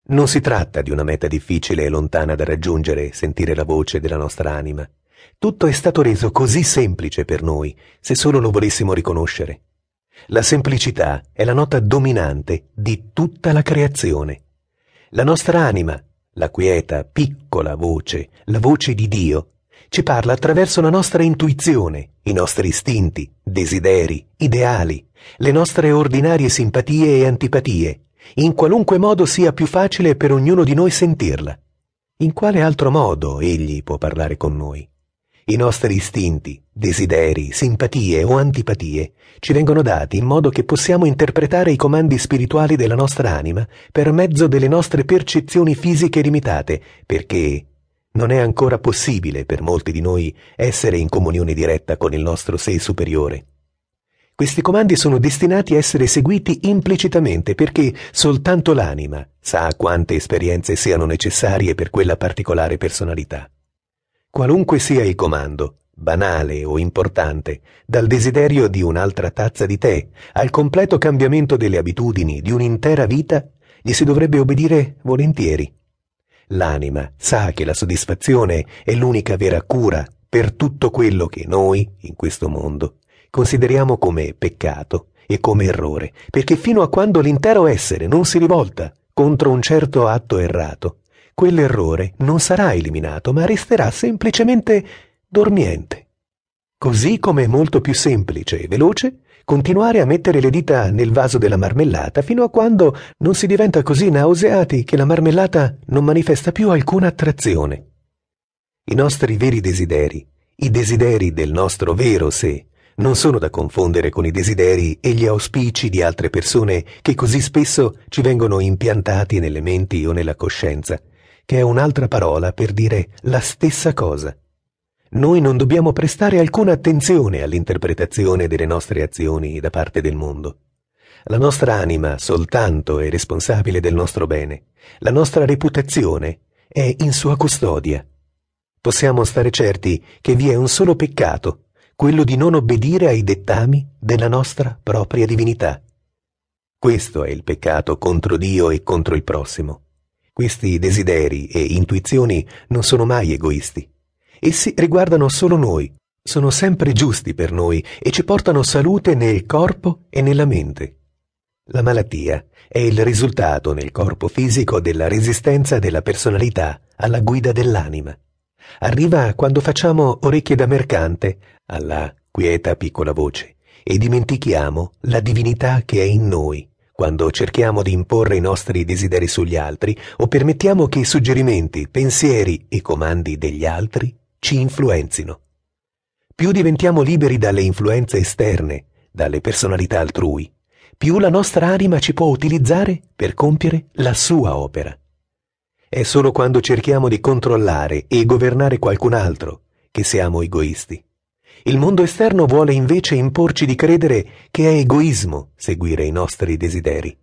Non si tratta di una meta difficile e lontana da raggiungere, sentire la voce della nostra anima. Tutto è stato reso così semplice per noi, se solo lo volessimo riconoscere. La semplicità è la nota dominante di tutta la creazione. La nostra anima, la quieta, piccola voce, la voce di Dio, ci parla attraverso la nostra intuizione, i nostri istinti, desideri, ideali, le nostre ordinarie simpatie e antipatie, in qualunque modo sia più facile per ognuno di noi sentirla. In quale altro modo egli può parlare con noi? I nostri istinti, desideri, simpatie o antipatie ci vengono dati in modo che possiamo interpretare i comandi spirituali della nostra anima per mezzo delle nostre percezioni fisiche limitate, perché non è ancora possibile per molti di noi essere in comunione diretta con il nostro sé superiore. Questi comandi sono destinati a essere seguiti implicitamente perché soltanto l'anima sa quante esperienze siano necessarie per quella particolare personalità. Qualunque sia il comando, banale o importante, dal desiderio di un'altra tazza di tè al completo cambiamento delle abitudini di un'intera vita, gli si dovrebbe obbedire volentieri. L'anima sa che la soddisfazione è l'unica vera cura per tutto quello che noi, in questo mondo, consideriamo come peccato e come errore, perché fino a quando l'intero essere non si rivolta contro un certo atto errato, quell'errore non sarà eliminato, ma resterà semplicemente dormiente. Così come è molto più semplice e veloce continuare a mettere le dita nel vaso della marmellata fino a quando non si diventa così nauseati che la marmellata non manifesta più alcuna attrazione. I nostri veri desideri, i desideri del nostro vero sé, non sono da confondere con i desideri e gli auspici di altre persone che così spesso ci vengono impiantati nelle menti o nella coscienza, che è un'altra parola per dire la stessa cosa. Noi non dobbiamo prestare alcuna attenzione all'interpretazione delle nostre azioni da parte del mondo. La nostra anima soltanto è responsabile del nostro bene. La nostra reputazione è in sua custodia. Possiamo stare certi che vi è un solo peccato, quello di non obbedire ai dettami della nostra propria divinità. Questo è il peccato contro Dio e contro il prossimo. Questi desideri e intuizioni non sono mai egoisti. Essi riguardano solo noi, sono sempre giusti per noi e ci portano salute nel corpo e nella mente. La malattia è il risultato nel corpo fisico della resistenza della personalità alla guida dell'anima. Arriva quando facciamo orecchie da mercante alla quieta piccola voce e dimentichiamo la divinità che è in noi, quando cerchiamo di imporre i nostri desideri sugli altri o permettiamo che i suggerimenti, pensieri e comandi degli altri ci influenzino. Più diventiamo liberi dalle influenze esterne, dalle personalità altrui, più la nostra anima ci può utilizzare per compiere la sua opera. È solo quando cerchiamo di controllare e governare qualcun altro che siamo egoisti. Il mondo esterno vuole invece imporci di credere che è egoismo seguire i nostri desideri.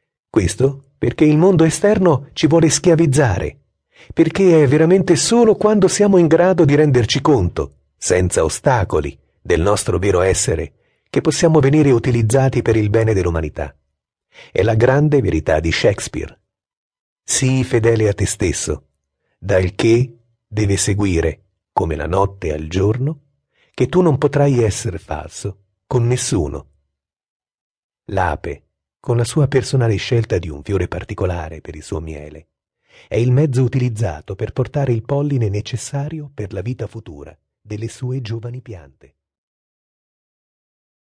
Questo perché il mondo esterno ci vuole schiavizzare, perché è veramente solo quando siamo in grado di renderci conto, senza ostacoli, del nostro vero essere, che possiamo venire utilizzati per il bene dell'umanità. È la grande verità di Shakespeare. Sii fedele a te stesso, dal che deve seguire, come la notte al giorno, che tu non potrai essere falso con nessuno. L'ape, con la sua personale scelta di un fiore particolare per il suo miele, è il mezzo utilizzato per portare il polline necessario per la vita futura delle sue giovani piante.